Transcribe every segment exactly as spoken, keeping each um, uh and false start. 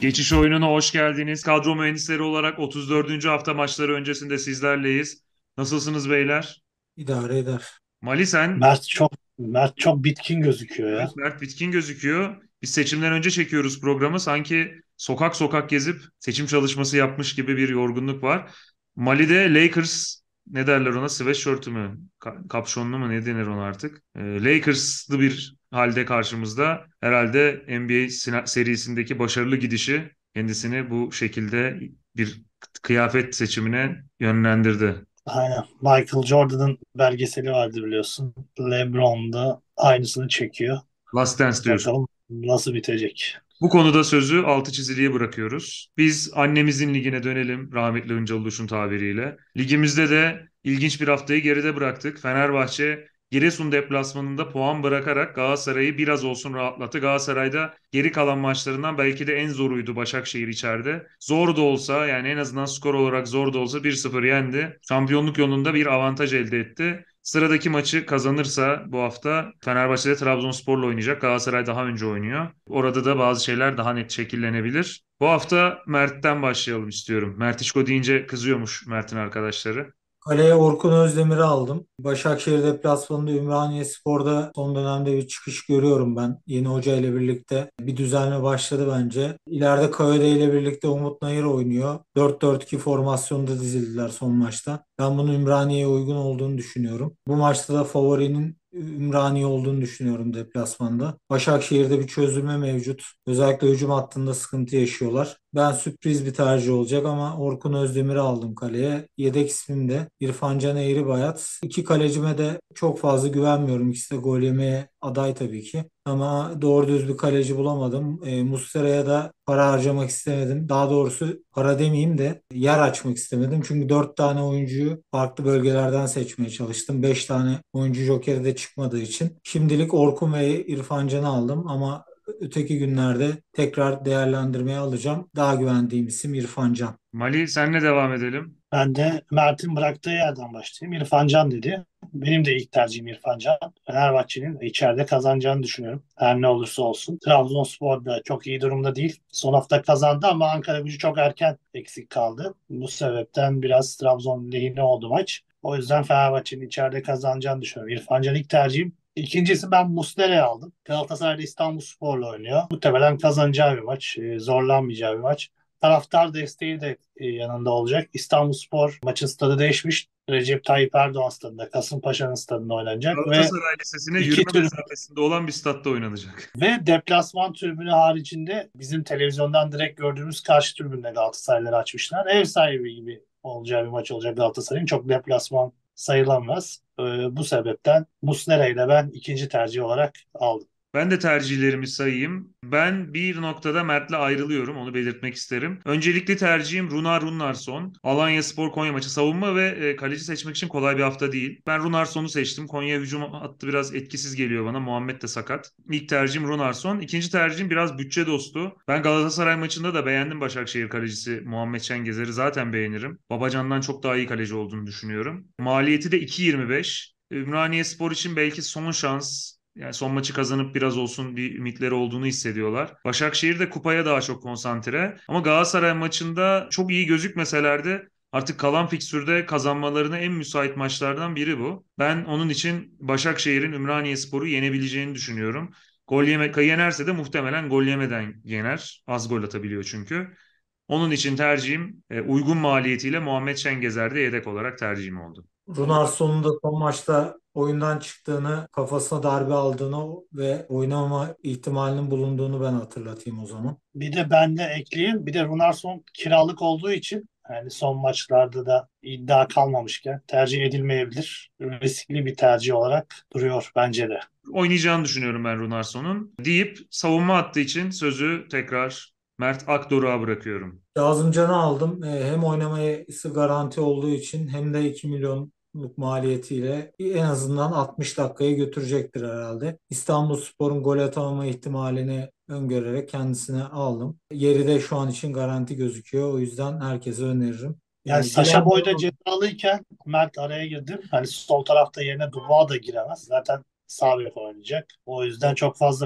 Geçiş oyununa hoş geldiniz. Kadro mühendisleri olarak otuz dördüncü hafta maçları öncesinde sizlerleyiz. Nasılsınız beyler? İdare eder. Mali sen, Mert çok Mert çok bitkin gözüküyor ya. evet, Mert bitkin gözüküyor. Biz seçimden önce çekiyoruz programı. Sanki sokak sokak gezip seçim çalışması yapmış gibi bir yorgunluk var. Mali'de Lakers, ne derler ona, sweatshirt'ü mü? Ka- kapşonlu mu, ne denir ona artık? Ee, Lakers'lı bir halde karşımızda. Herhalde N B A sina- serisindeki başarılı gidişi kendisini bu şekilde bir kıyafet seçimine yönlendirdi. Aynen. Michael Jordan'ın belgeseli vardı biliyorsun. LeBron da aynısını çekiyor. Last Dance diyorsun. Bakalım nasıl bitecek. Bu konuda sözü altı çiziliye bırakıyoruz. Biz annemizin ligine dönelim, rahmetli Hıncal Uluç'un tabiriyle. Ligimizde de ilginç bir haftayı geride bıraktık. Fenerbahçe Giresun deplasmanında puan bırakarak Galatasaray'ı biraz olsun rahatlattı. Galatasaray'da geri kalan maçlarından belki de en zoruydu Başakşehir içeride. Zor da olsa, yani en azından skor olarak zor da olsa bir sıfır yendi. Şampiyonluk yolunda bir avantaj elde etti. Sıradaki maçı kazanırsa bu hafta Fenerbahçe'de Trabzonspor'la oynayacak. Galatasaray daha önce oynuyor. Orada da bazı şeyler daha net şekillenebilir. Bu hafta Mert'ten başlayalım istiyorum. Mert İşko deyince kızıyormuş Mert'in arkadaşları. Kaleye Orkun Özdemir'i aldım. Başakşehir deplasmanında Ümraniyespor'da son dönemde bir çıkış görüyorum ben. Yeni hoca ile birlikte bir düzenle başladı bence. İleride Kayode ile birlikte Umut Nayır oynuyor. dört dört iki formasyonda dizildiler son maçta. Ben bunun Ümraniye'ye uygun olduğunu düşünüyorum. Bu maçta da favorinin Ümraniye olduğunu düşünüyorum deplasmanda. Başakşehir'de bir çözülme mevcut. Özellikle hücum hattında sıkıntı yaşıyorlar. Ben sürpriz bir tercih olacak ama Orkun Özdemir'i aldım kaleye. Yedek ismim de İrfan Can Eğribayat. İki kalecime de çok fazla güvenmiyorum. İkisi de gol yemeye aday tabii ki. Ama doğru düz bir kaleci bulamadım. E, Muslera'ya da para harcamak istemedim. Daha doğrusu para demeyeyim de yer açmak istemedim. Çünkü dört tane oyuncuyu farklı bölgelerden seçmeye çalıştım. Beş tane oyuncu jokeri de çıkmadığı için. Şimdilik Orkun ve İrfan Can'ı aldım ama öteki günlerde tekrar değerlendirmeye alacağım. Daha güvendiğim isim İrfan Can. Mali, senle devam edelim. Ben de Mert'in bıraktığı yerden başlayayım. İrfan Can dedi. Benim de ilk tercihim İrfan Can. Fenerbahçe'nin içeride kazanacağını düşünüyorum. Her ne olursa olsun. Trabzonspor da çok iyi durumda değil. Son hafta kazandı ama Ankaragücü çok erken eksik kaldı. Bu sebepten biraz Trabzon lehine oldu maç. O yüzden Fenerbahçe'nin içeride kazanacağını düşünüyorum. İrfan Can ilk tercihim. İkincisi ben Muslera'yı aldım. Galatasaray'da İstanbulspor'la oynuyor. Muhtemelen kazanacağı bir maç. e, Zorlanmayacağı bir maç. Taraftar desteği de e, yanında olacak. İstanbulspor maçın stadı değişmiş. Recep Tayyip Erdoğan stadında, Kasımpaşa'nın stadında oynanacak ve Galatasaray Lisesi'ne iki yürüme tür mesafesinde olan bir statta oynanacak. ve deplasman tribünü haricinde bizim televizyondan direkt gördüğümüz karşı tribünde Galatasarayları açmışlar. Ev sahibi gibi olacağı bir maç olacak Galatasaray'ın. Çok deplasman sayılamaz. Ee, bu sebepten Muslera ile ben ikinci tercih olarak aldım. Ben de tercihlerimi sayayım. Ben bir noktada Mert'le ayrılıyorum. Onu belirtmek isterim. Öncelikli tercihim Runar Runnarsson. Alanyaspor Konya maçı, savunma ve e, kaleci seçmek için kolay bir hafta değil. Ben Runnarsson'u seçtim. Konya hücum hattı biraz etkisiz geliyor bana. Muhammed de sakat. İlk tercihim Runnarsson. İkinci tercihim biraz bütçe dostu. Ben Galatasaray maçında da beğendim Başakşehir kalecisi Muhammed Şengezer'i. Zaten beğenirim. Babacan'dan çok daha iyi kaleci olduğunu düşünüyorum. Maliyeti de iki virgül yirmi beş. Ümraniyespor için belki son şans. Yani son maçı kazanıp biraz olsun bir ümitleri olduğunu hissediyorlar. Başakşehir de kupaya daha çok konsantre. Ama Galatasaray maçında çok iyi gözükmeseler de artık kalan fikstürde kazanmalarına en müsait maçlardan biri bu. Ben onun için Başakşehir'in Ümraniyespor'u yenebileceğini düşünüyorum. Gol yeme yenerse de muhtemelen gol yemeden yener. Az gol atabiliyor çünkü. Onun için tercihim e, uygun maliyetiyle Muhammed Şengezer'de yedek olarak tercihim oldu. Runarsson'un da son maçta oyundan çıktığını, kafasına darbe aldığını ve oynama ihtimalinin bulunduğunu ben hatırlatayım o zaman. Bir de ben de ekleyeyim. Bir de Runarsson kiralık olduğu için yani son maçlarda da iddia kalmamışken tercih edilmeyebilir. Riskli bir tercih olarak duruyor bence de. Oynayacağını düşünüyorum ben Runarsson'un. Deyip savunma hattı için sözü tekrar Mert Akdoruk'a bırakıyorum. Kazımcan'ı aldım. Ee, Hem oynaması garanti olduğu için hem de iki milyonluk maliyetiyle en azından altmış dakikaya götürecektir herhalde. İstanbulspor'un gol atamama ihtimalini öngörerek kendisine aldım. Yeri de şu an için garanti gözüküyor. O yüzden herkese öneririm. Yani Ee, Saşa Boy da cezalıyken Mert araya girdi. Hani sol tarafta yerine Dubois da giremez. Zaten sağ bek oynayacak. O yüzden çok fazla bir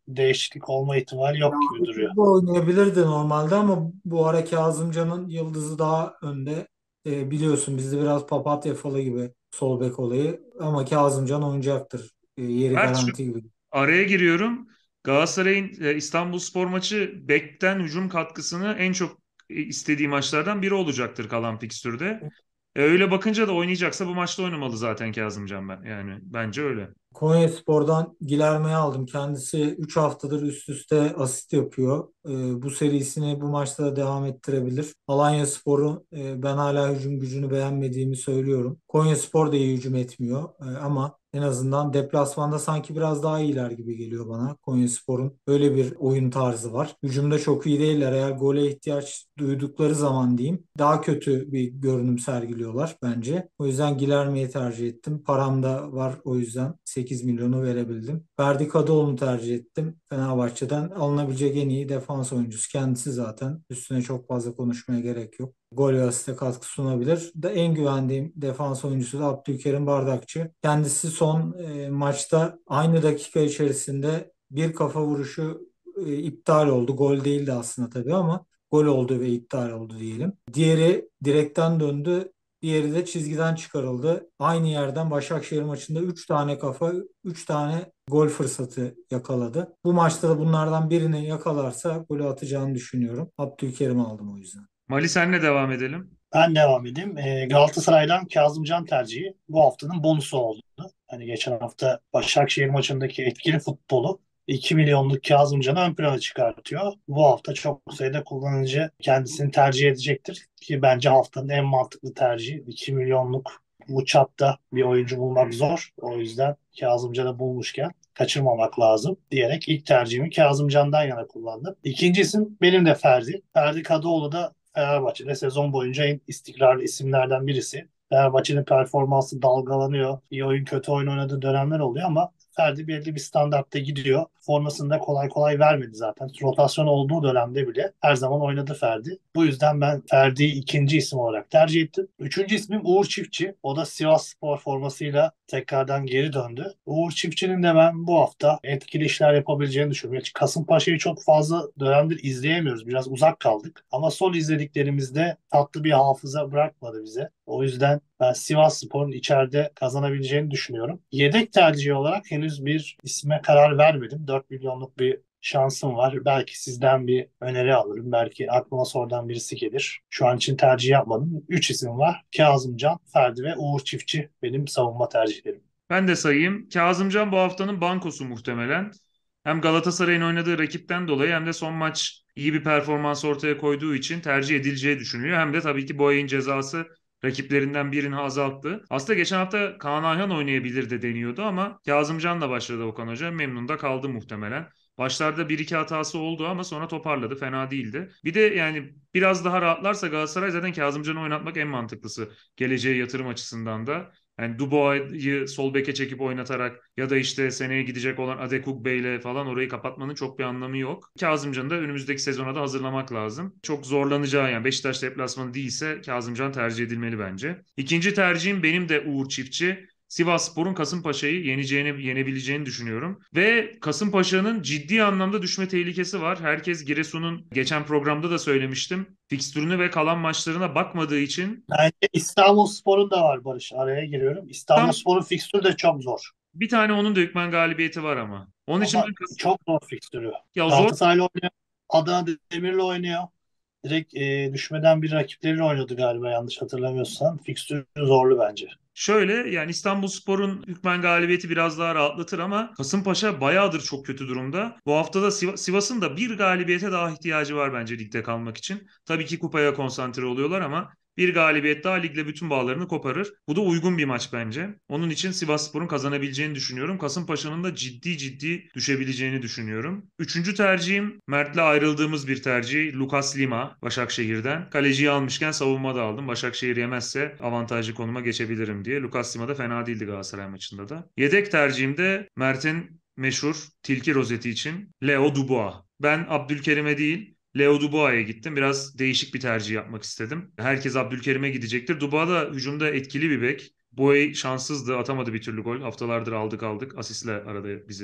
değişiklik olma ihtimali yok gibi duruyor. Bu oynayabilirdi normalde ama bu ara Kazımcan'ın yıldızı daha önde. E, biliyorsun bizde biraz papatya falı gibi sol bek olayı ama Kazımcan oynayacaktır. E, yeri Mert, şu garanti gibi. araya giriyorum. Galatasaray'ın e, İstanbulspor maçı bekten hücum katkısını en çok e, istediği maçlardan biri olacaktır kalan fikstürde. E, öyle bakınca da oynayacaksa bu maçta oynamalı zaten Kazımcan ben. Yani bence öyle. Konyaspor'dan Gilerme'yi aldım. Kendisi üç haftadır üst üste asist yapıyor. Ee, bu serisini bu maçta da devam ettirebilir. Alanyaspor'u e, ben hala hücum gücünü beğenmediğimi söylüyorum. Konyaspor da iyi hücum etmiyor. Ee, ama en azından deplasmanda sanki biraz daha iyiler gibi geliyor bana. Konyaspor'un öyle bir oyun tarzı var. Hücumda çok iyi değiller. Eğer gole ihtiyaç duydukları zaman diyeyim daha kötü bir görünüm sergiliyorlar bence. O yüzden Gilerme'yi tercih ettim. Param da var o yüzden sekiz milyonu verebildim. Ferdi Kadıoğlu'nu tercih ettim. Fenerbahçe'den alınabilecek en iyi defans oyuncusu. Kendisi zaten. Üstüne çok fazla konuşmaya gerek yok. Gol ve asiste katkı sunabilir. Da en güvendiğim defans oyuncusu da Abdülkerim Bardakçı. Kendisi son e, maçta aynı dakika içerisinde bir kafa vuruşu e, iptal oldu. Gol değildi aslında tabii ama gol oldu ve iptal oldu diyelim. Diğeri direkten döndü. Diğeri de çizgiden çıkarıldı. Aynı yerden Başakşehir maçında üç tane kafa, üç tane gol fırsatı yakaladı. Bu maçta da bunlardan birini yakalarsa golü atacağını düşünüyorum. Abdülkerim aldım o yüzden. Mali senle devam edelim. Ben devam edeyim. Ee, Galatasaray'dan Kazımcan tercihi bu haftanın bonusu oldu. Hani geçen hafta Başakşehir maçındaki etkili futbolu iki milyonluk Kazımcan'ı ön plana çıkartıyor. Bu hafta çok sayıda kullanıcı kendisini tercih edecektir. Ki bence haftanın en mantıklı tercihi. iki milyonluk bu çapta bir oyuncu bulmak zor. O yüzden Kazımcan'ı bulmuşken kaçırmamak lazım diyerek ilk tercihimi Kazımcan'dan yana kullandım. İkinci isim benim de Ferdi. Ferdi Kadıoğlu da Fenerbahçe'de sezon boyunca en istikrarlı isimlerden birisi. Fenerbahçe'nin performansı dalgalanıyor. İyi oyun kötü oyun oynadığı dönemler oluyor ama Ferdi belli bir standartta gidiyor. Formasını da kolay kolay vermedi zaten. Rotasyon olduğu dönemde bile her zaman oynadı Ferdi. Bu yüzden ben Ferdi'yi ikinci isim olarak tercih ettim. Üçüncü ismim Uğur Çiftçi. O da Sivasspor formasıyla tekrardan geri döndü. Uğur Çiftçi'nin de ben bu hafta etkili işler yapabileceğini düşünüyorum. Kasımpaşa'yı çok fazla dönemdir izleyemiyoruz. Biraz uzak kaldık. Ama son izlediklerimizde tatlı bir hafıza bırakmadı bize. O yüzden ben Sivasspor'un içeride kazanabileceğini düşünüyorum. Yedek tercihi olarak henüz bir isme karar vermedim. dört milyonluk bir şansım var. Belki sizden bir öneri alırım. Belki aklıma sonradan birisi gelir. Şu an için tercih yapmadım. Üç isim var. Kazımcan, Ferdi ve Uğur Çiftçi benim savunma tercihlerim. Ben de sayayım. Kazımcan bu haftanın bankosu muhtemelen. Hem Galatasaray'ın oynadığı rakipten dolayı hem de son maç iyi bir performans ortaya koyduğu için tercih edileceği düşünülüyor. Hem de tabii ki bu ayın cezası rakiplerinden birini azalttı. Aslında geçen hafta Kaan Ayhan oynayabilir de deniyordu ama Kazımcan'la başladı Okan Hoca. Memnun da kaldı muhtemelen. Başlarda bir iki hatası oldu ama sonra toparladı. Fena değildi. Bir de yani biraz daha rahatlarsa Galatasaray zaten Kazımcan'ı oynatmak en mantıklısı. Geleceğe yatırım açısından da. Yani Dubois'ı sol beke çekip oynatarak ya da işte seneye gidecek olan Adekugbe ile falan orayı kapatmanın çok bir anlamı yok. Kazımcan'ı da önümüzdeki sezona da hazırlamak lazım. Çok zorlanacağı yani Beşiktaş deplasmanı değilse Kazımcan tercih edilmeli bence. İkinci tercihim benim de Uğur Çiftçi. Sivasspor'un Kasımpaşa'yı yeneceğini, yenebileceğini düşünüyorum. Ve Kasımpaşa'nın ciddi anlamda düşme tehlikesi var. Herkes Giresun'un geçen programda da söylemiştim. Fikstürüne ve kalan maçlarına bakmadığı için Bence İstanbulspor'un da var Barış. Araya giriyorum. tam İstanbulspor'un fikstürü de çok zor. bir tane onun da hükmen galibiyeti var ama. Onun için Ama ben kas- çok zor fikstürü. ya zor. Galatasaray'la oynuyor. Adana Demir'le oynuyor. Direkt e, düşmeden bir rakipleriyle oynadı galiba yanlış hatırlamıyorsam. Fikstürü zorlu bence. Şöyle yani İstanbulspor'un hükmen galibiyeti biraz daha rahatlatır ama Kasımpaşa bayağıdır çok kötü durumda. Bu hafta da Siva- Sivas'ın da bir galibiyete daha ihtiyacı var bence ligde kalmak için. Tabii ki kupaya konsantre oluyorlar ama bir galibiyet daha ligle bütün bağlarını koparır. Bu da uygun bir maç bence. Onun için Sivasspor'un kazanabileceğini düşünüyorum. Kasımpaşa'nın da ciddi ciddi düşebileceğini düşünüyorum. Üçüncü tercihim Mert'le ayrıldığımız bir tercih. Lucas Lima Başakşehir'den. Kaleciyi almışken savunma da aldım. Başakşehir yemezse avantajlı konuma geçebilirim diye. Lucas Lima da fena değildi Galatasaray maçında da. Yedek tercihim de Mert'in meşhur tilki rozeti için Leo Dubois. Ben Abdülkerim'e değil Leo Dubois'a gittim. Biraz değişik bir tercih yapmak istedim. Herkes Abdülkerim'e gidecektir. Dubois da hücumda etkili bir bek. Boey şanssızdı. Atamadı bir türlü gol. Haftalardır aldık aldık. Asistle arada bizi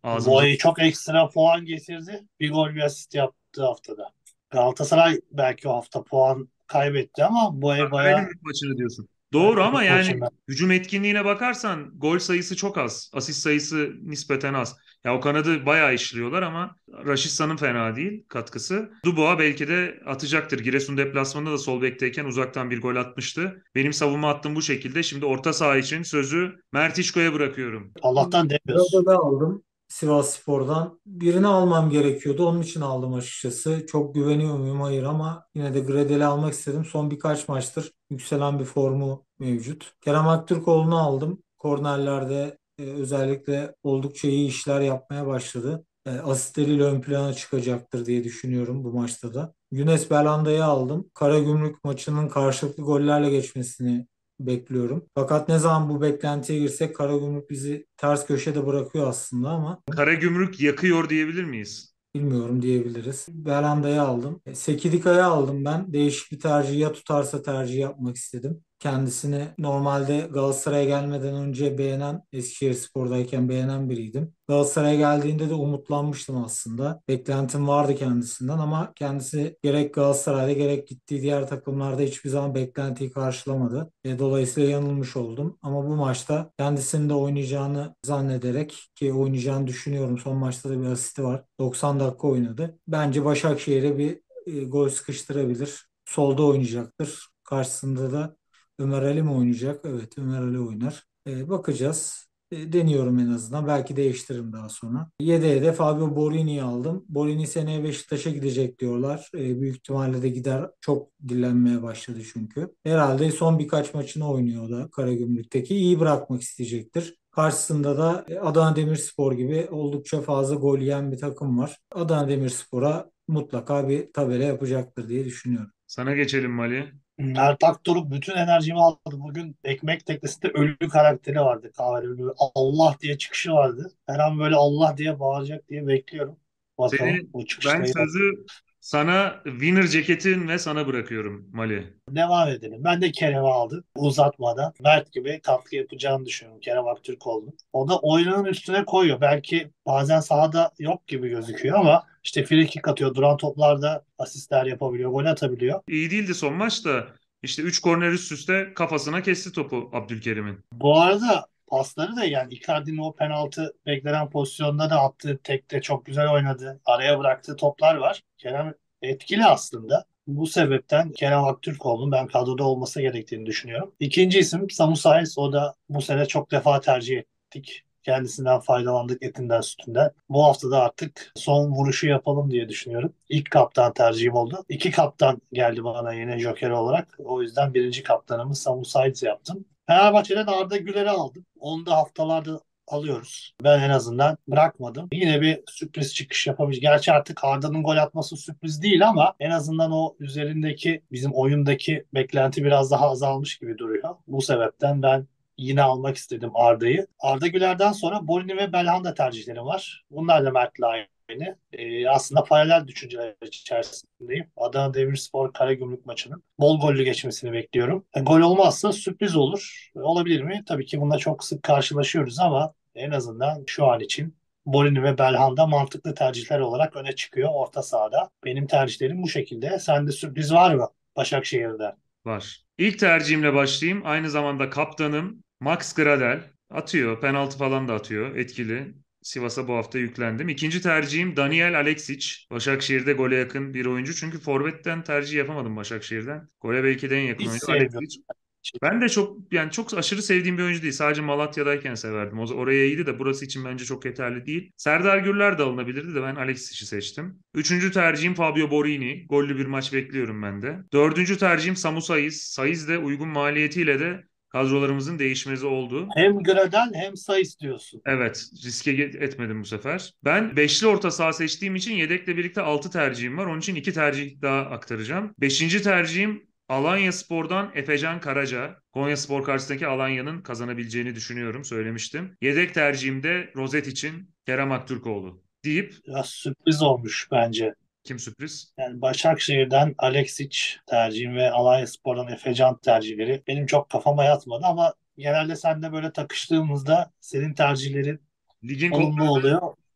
Ağzımıza. Boye çok ekstra puan getirdi. Bir gol bir asist yaptı haftada. Galatasaray belki o hafta puan kaybetti ama Boye bayağı Karagümrük maçını diyorsun. Doğru ama Karagümrük yani maçında. hücum etkinliğine bakarsan gol sayısı çok az. Asist sayısı nispeten az. Ya o kanadı bayağı işliyorlar ama Raşitsa'nın fena değil katkısı. Dubois belki de atacaktır. Giresun deplasmanında da sol bekteyken uzaktan bir gol atmıştı. Benim savunma hattım bu şekilde. Şimdi orta saha için sözü Mert İşko'ya bırakıyorum. Allah'tan demiyoruz. Sırada da aldım Sivasspor'dan. Birini almam gerekiyordu. Onun için aldım açıkçası. Çok güveniyor muyum? Hayır ama yine de Gredel'i almak istedim. Son birkaç maçtır yükselen bir formu mevcut. Kerem Aktürkoğlu'nu aldım. Kornerlerde e, özellikle oldukça iyi işler yapmaya başladı. E, asistleriyle ön plana çıkacaktır diye düşünüyorum bu maçta da. Yunus Belhanda'yı aldım. Karagümrük maçının karşılıklı gollerle geçmesini bekliyorum. Fakat ne zaman bu beklentiye girsek Karagümrük bizi ters köşede bırakıyor aslında ama Karagümrük yakıyor diyebilir miyiz? bilmiyorum diyebiliriz. Belanda'yı aldım. E, Sekidika'yı aldım ben. Değişik bir tercih ya tutarsa tercih yapmak istedim. Kendisini normalde Galatasaray'a gelmeden önce beğenen, Eskişehirspor'dayken beğenen biriydim. Galatasaray'a geldiğinde de umutlanmıştım aslında. Beklentim vardı kendisinden ama kendisi gerek Galatasaray'da gerek gittiği diğer takımlarda hiçbir zaman beklentiyi karşılamadı. E, dolayısıyla yanılmış oldum. Ama bu maçta kendisinin de oynayacağını zannederek ki oynayacağını düşünüyorum. Son maçta da bir asisti var. doksan dakika oynadı. Bence Başakşehir'e bir e, gol sıkıştırabilir. Solda oynayacaktır. Karşısında da Ömer Ali mi oynayacak? Evet, Ömer Ali oynar. E, bakacağız. E, deniyorum en azından. Belki değiştiririm daha sonra. Yedeğe de Fabio Borini'yi aldım. Borini seneye Beşiktaş'a gidecek diyorlar. E, büyük ihtimalle de gider. Çok dillenmeye başladı çünkü. Herhalde son birkaç maçını oynuyor o da Karagümrük'teki. İyi bırakmak isteyecektir. Karşısında da e, Adana Demirspor gibi oldukça fazla gol yiyen bir takım var. Adana Demirspor'a mutlaka bir tabela yapacaktır diye düşünüyorum. Sana geçelim Mali. Mert Aktor'un bütün enerjimi aldı. Bugün ekmek teknesinde ölü karakteri vardı kahverengi. Böyle Allah diye çıkışı vardı. Her an böyle Allah diye bağıracak diye bekliyorum. Seni Bakalım bu ben çıkışta yap. sözü sana winner ceketin ve sana bırakıyorum Mali. Devam edelim. Ben de Kerem'i aldım. Uzatmadan. Mert gibi katkı yapacağını düşünüyorum. Kerem Aktürkoğlu. O da oyunun üstüne koyuyor. Belki bazen sahada yok gibi gözüküyor ama işte free kick atıyor. Duran toplarda asistler yapabiliyor. Gol atabiliyor. İyi değildi son maç da işte üç korner üst üste kafasına kesti topu Abdülkerim'in. Bu arada pasları da yani Icardi'nin o penaltı beklenen pozisyonda da attığı tekte çok güzel oynadı. Araya bıraktığı toplar var. Kerem etkili aslında. Bu sebepten Kerem Aktürkoğlu'nun ben kadroda olması gerektiğini düşünüyorum. İkinci isim Samu Sainz. O da bu sene çok defa tercih ettik. Kendisinden faydalandık etinden sütünden. Bu hafta da artık son vuruşu yapalım diye düşünüyorum. İlk kaptan tercihim oldu. İki kaptan geldi bana yine joker olarak. O yüzden birinci kaptanımı Samu Sainz yaptım. Fenerbahçe'den Arda Güler'i aldım. Onu da haftalarda alıyoruz. Ben en azından bırakmadım. Yine bir sürpriz çıkış yapamış. Gerçi artık Arda'nın gol atması sürpriz değil ama en azından o üzerindeki bizim oyundaki beklenti biraz daha azalmış gibi duruyor. Bu sebepten ben yine almak istedim Arda'yı. Arda Güler'den sonra Borini ve Belhanda tercihlerim var. Bunlar da Mert'le aynı. Ee, aslında paralel düşünceler içerisindeyim. Adana Demirspor Karagümrük maçının bol gollü geçmesini bekliyorum. E, gol olmazsa sürpriz olur. E, olabilir mi? Tabii ki bununla çok sık karşılaşıyoruz ama en azından şu an için Borini ve Belhanda mantıklı tercihler olarak öne çıkıyor orta sahada. Benim tercihlerim bu şekilde. Sende sürpriz var mı Başakşehir'de? Var. İlk tercihimle başlayayım. Aynı zamanda kaptanım Max Gradel. Atıyor. Penaltı falan da atıyor. Etkili. Sivas'a bu hafta yüklendim. İkinci tercihim Daniel Aleksic. Başakşehir'de gole yakın bir oyuncu. Çünkü forvetten tercih yapamadım Başakşehir'den. Gole belki de en yakın Hiç oyuncu sevmiyorum. Aleksic. Ben de çok yani çok aşırı sevdiğim bir oyuncu değil. Sadece Malatya'dayken severdim. O oraya iyiydi de burası için bence çok yeterli değil. Serdar Gürler de alınabilirdi de ben Alexis'i seçtim. Üçüncü tercihim Fabio Borini. Gollü bir maç bekliyorum ben de. Dördüncü tercihim Samu Saiz. Saiz de uygun maliyetiyle de kadrolarımızın değişmezi oldu. Hem Gradel hem Sayı istiyorsun. Evet, riske etmedim bu sefer. Ben beşli orta saha seçtiğim için yedekle birlikte altı tercihim var. Onun için iki tercih daha aktaracağım. Beşinci tercihim Alanyaspor'dan Efecan Karaca. Konyaspor karşısındaki Alanya'nın kazanabileceğini düşünüyorum, söylemiştim. Yedek tercihim de Rozet için Kerem Aktürkoğlu deyip Biraz sürpriz olmuş bence. kim sürpriz? Yani Başakşehir'den Alexic tercihim ve Alanyaspor'dan Efecan tercihleri benim çok kafama yatmadı ama genelde seninle böyle takıştığımızda senin tercihlerin Ligin olumlu kollarını oluyor.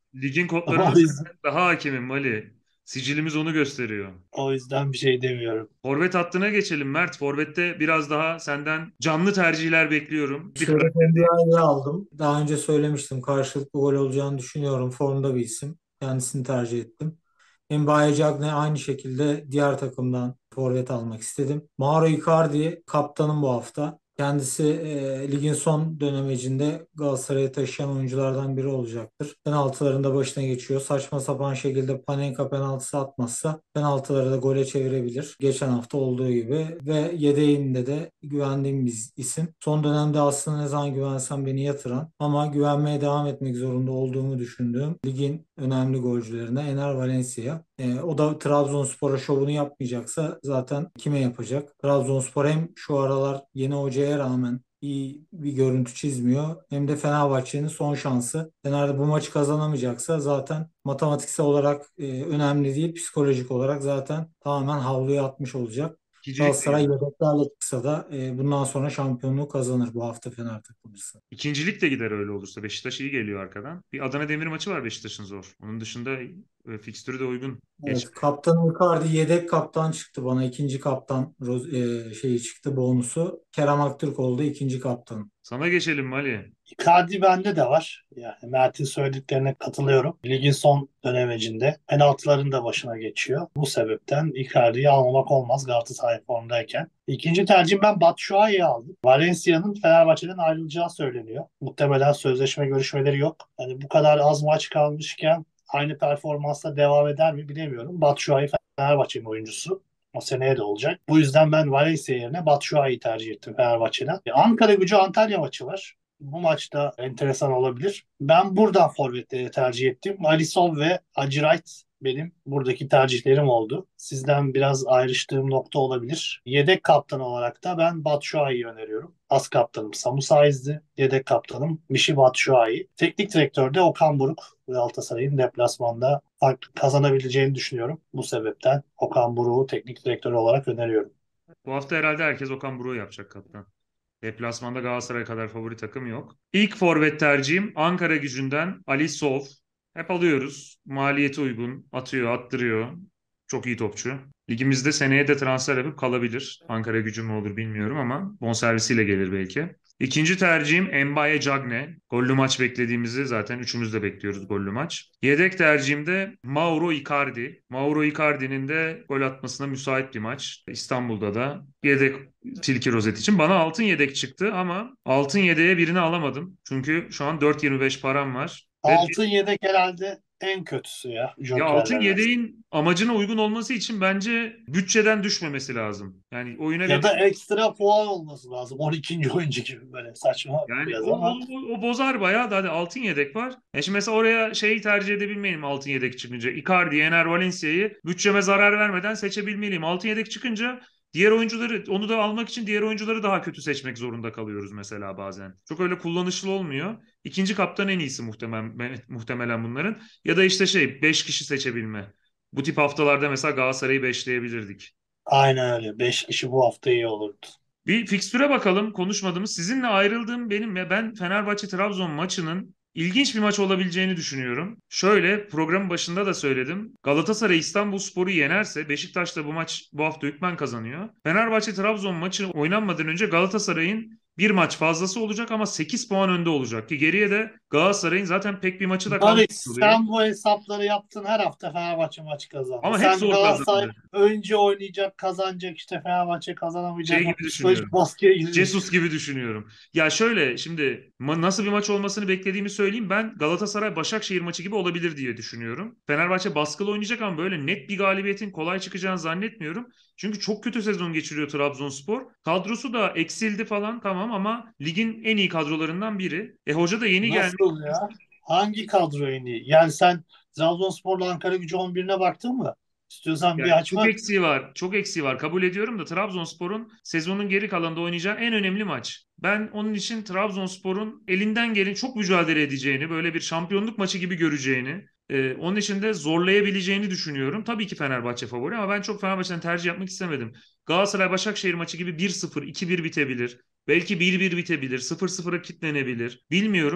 Ligin Ama kodlarına o yüzden, senden daha hakimim Ali. Sicilimiz onu gösteriyor. o yüzden bir şey demiyorum. Forvet hattına geçelim Mert. Forvet'te biraz daha senden canlı tercihler bekliyorum. Bir Şeref karakter değil. Endia'yı aldım. Daha önce söylemiştim. Karşılıklı gol olacağını düşünüyorum. Formda bir isim. Kendisini tercih ettim. Mbaye Diagne aynı şekilde diğer takımdan forvet almak istedim. Mauro Icardi kaptanım bu hafta. Kendisi e, ligin son dönemecinde Galatasaray'ı taşıyan oyunculardan biri olacaktır. Penaltılarında başına geçiyor. Saçma sapan şekilde Panenka penaltısı atmazsa penaltıları da gole çevirebilir. Geçen hafta olduğu gibi ve yedeğinde de güvendiğim bir isim. Son dönemde aslında ne zaman güvensem beni yatıran ama güvenmeye devam etmek zorunda olduğumu düşündüğüm ligin önemli golcülerine Ener Valencia. E, o da Trabzonspor'a şovunu yapmayacaksa zaten kime yapacak? Trabzonspor hem şu aralar yeni hocaya rağmen iyi bir görüntü çizmiyor. Hem de Fenerbahçe'nin son şansı. Fener bu maçı kazanamayacaksa zaten matematiksel olarak e, önemli değil. Psikolojik olarak zaten tamamen havluya atmış olacak. İkincilik de Galatasaray gider. yedeklerle çıksa da e, bundan sonra şampiyonluğu kazanır bu hafta Fener takılırsa. İkincilik de gider öyle olursa. Beşiktaş iyi geliyor arkadan. Bir Adana Demir maçı var Beşiktaş'ın zor. Onun dışında e, fikstürü de uygun. Evet, Geçmeye. kaptan Icardi yedek kaptan çıktı bana. İkinci kaptan roz- e, şeyi çıktı bonusu. Kerem Aktürkoğlu da ikinci kaptan. Sana geçelim Mali. Icardi bende de var. Yani Mert'in söylediklerine katılıyorum. Ligin son dönemecinde penaltıların da başına geçiyor. Bu sebepten Icardi'yi almamak olmaz Galatasaray formdayken. İkinci tercihim ben Batshuayi'yi aldım. Valencia'nın Fenerbahçe'den ayrılacağı söyleniyor. Muhtemelen sözleşme görüşmeleri yok. Hani bu kadar az maç kalmışken aynı performansla devam eder mi bilemiyorum. Batshuayi Fenerbahçe'nin oyuncusu. O seneye de olacak. Bu yüzden ben Valencia yerine Batshuayi'yi tercih ettim Fenerbahçe'den. E, Ankara Gücü Antalya maçı var. Bu maçta enteresan olabilir. Ben buradan forvetleri tercih ettim. Alisson ve Hacı benim buradaki tercihlerim oldu. Sizden biraz ayrıştığım nokta olabilir. Yedek kaptan olarak da ben Batshuayi'yi öneriyorum. As kaptanım Samu Saiz'di. Yedek kaptanım Michy Batshuayi. Teknik direktörde Okan Buruk. Galatasaray'ın deplasmanda fark kazanabileceğini düşünüyorum. Bu sebepten Okan Buruk'u teknik direktör olarak öneriyorum. Bu hafta herhalde herkes Okan Buruk'u yapacak kaptan. Deplasmanda Galatasaray kadar favori takım yok. İlk forvet tercihim Ankara Gücü'nden Ali Sov. Hep alıyoruz. Maliyeti uygun. Atıyor, attırıyor. Çok iyi topçu. Ligimizde seneye de transfer yapıp kalabilir. Ankara Gücü mü olur bilmiyorum ama bonservisiyle gelir belki. İkinci tercihim Mbaye Diagne. Gollü maç beklediğimizi zaten üçümüz de bekliyoruz gollü maç. Yedek tercihim de Mauro Icardi. Mauro Icardi'nin de gol atmasına müsait bir maç. İstanbul'da da yedek Tilki rozet için. Bana altın yedek çıktı ama altın yedeğe birini alamadım. Çünkü şu an dört yirmi beş param var. Ve Altın yedek herhalde en kötüsü ya ya altın Joker'ler arasında. yedeğin amacına uygun olması için bence bütçeden düşmemesi lazım. Yani oyuna Ya bir da ekstra puan olması lazım. on ikinci oyuncu gibi böyle saçma yani biraz o, o, ama o o bozar bayağı da hadi altın yedek var. E şimdi mesela oraya şeyi tercih edebilmeliyim altın yedek çıkınca. Icardi, Ener Valencia'yı bütçeme zarar vermeden seçebilmeliyim. Altın yedek çıkınca diğer oyuncuları onu da almak için diğer oyuncuları daha kötü seçmek zorunda kalıyoruz mesela bazen. Çok öyle kullanışlı olmuyor. İkinci kaptan en iyisi muhtemelen, muhtemelen bunların. Ya da işte şey beş kişi seçebilme. Bu tip haftalarda mesela Galatasaray'ı beşleyebilirdik. aynen öyle. Beş kişi bu hafta iyi olurdu. Bir fikstüre bakalım konuşmadığımız. Sizinle ayrıldığım benim ve ben Fenerbahçe-Trabzon maçının ilginç bir maç olabileceğini düşünüyorum. Şöyle programın başında da söyledim. Galatasaray İstanbulspor'u yenerse Beşiktaş da bu maç bu hafta hükmen kazanıyor. Fenerbahçe-Trabzon maçı oynanmadan önce Galatasaray'ın bir maç fazlası olacak ama sekiz puan önde olacak ki geriye de Galatasaray'ın zaten pek bir maçı da kalmış Barış oluyor. sen bu hesapları yaptın her hafta Fenerbahçe maçı kazandı. Ama hep Sen zor Galatasaray kazandı. önce oynayacak kazanacak işte Fenerbahçe Şey kazanamayacak o gibi psikolojik düşünüyorum. baskıya girdin. Jesus gibi düşünüyorum. Ya şöyle şimdi ma- nasıl bir maç olmasını beklediğimi söyleyeyim. Ben Galatasaray Başakşehir maçı gibi olabilir diye düşünüyorum. Fenerbahçe baskılı oynayacak ama böyle net bir galibiyetin kolay çıkacağını zannetmiyorum. Çünkü çok kötü sezon geçiriyor Trabzonspor. Kadrosu da eksildi falan tamam ama ligin en iyi kadrolarından biri. E hoca da yeni gelmiş. Nasıl ya? Hangi kadro en iyi? Yani sen Trabzonspor'la Ankara Gücü on birine baktın mı? İstiyorsan bir Yani aç çok bak. eksiği var. Çok eksiği var. Kabul ediyorum da Trabzonspor'un sezonun geri kalanında oynayacağı en önemli maç. Ben onun için Trabzonspor'un elinden gelin çok mücadele edeceğini, böyle bir şampiyonluk maçı gibi göreceğini, e, onun için de zorlayabileceğini düşünüyorum. Tabii ki Fenerbahçe favori ama ben çok Fenerbahçe'den tercih yapmak istemedim. Galatasaray-Başakşehir maçı gibi bir sıfır, iki bir bitebilir. Belki bir bir bitebilir, sıfır sıfıra kilitlenebilir. Bilmiyorum.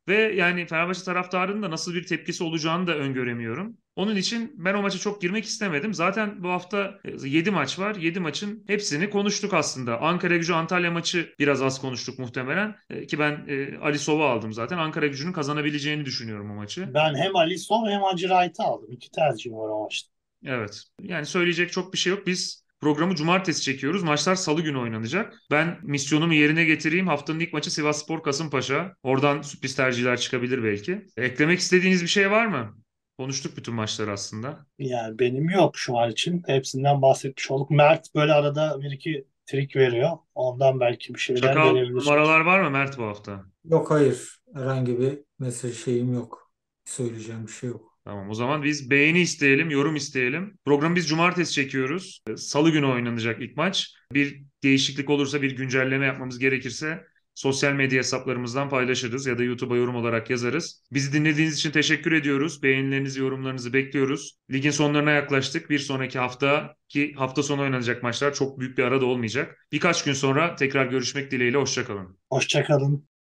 Ve yani Fenerbahçe taraftarının da nasıl bir tepkisi olacağını da öngöremiyorum. Onun için ben o maça çok girmek istemedim. Zaten bu hafta yedi maç var. yedi maçın hepsini konuştuk aslında. Ankara-Gücü Antalya maçı biraz az konuştuk muhtemelen. E, Ki ben e, Ali Sov'u aldım zaten. Ankara-Gücü'nün kazanabileceğini düşünüyorum o maçı. Ben hem Alisson hem Hacı Wright'ı aldım. İki tercihim var o maçta. Evet. Yani söyleyecek çok bir şey yok. Biz programı cumartesi çekiyoruz. Maçlar salı günü oynanacak. Ben misyonumu yerine getireyim. Haftanın ilk maçı Sivasspor Kasımpaşa. Oradan sürpriz tercihler çıkabilir belki. Eklemek istediğiniz bir şey var mı? Konuştuk bütün maçları aslında. Yani benim yok şu an için. Hepsinden bahsetmiş olduk. Mert böyle arada bir iki trik veriyor. Ondan belki bir şeyler Çakal verebilir. numaralar var mı Mert bu hafta? Yok, hayır. Herhangi bir mesaj şeyim yok. Söyleyeceğim bir şey yok. Tamam, o zaman biz beğeni isteyelim, yorum isteyelim. Programı biz cumartesi çekiyoruz. Salı günü oynanacak ilk maç. Bir değişiklik olursa, bir güncelleme yapmamız gerekirse sosyal medya hesaplarımızdan paylaşırız ya da YouTube'a yorum olarak yazarız. Bizi dinlediğiniz için teşekkür ediyoruz. Beğenilerinizi, yorumlarınızı bekliyoruz. Ligin sonlarına yaklaştık. Bir sonraki hafta ki hafta sonu oynanacak maçlar çok büyük bir arada olmayacak. Birkaç gün sonra tekrar görüşmek dileğiyle. Hoşça kalın. Hoşça kalın.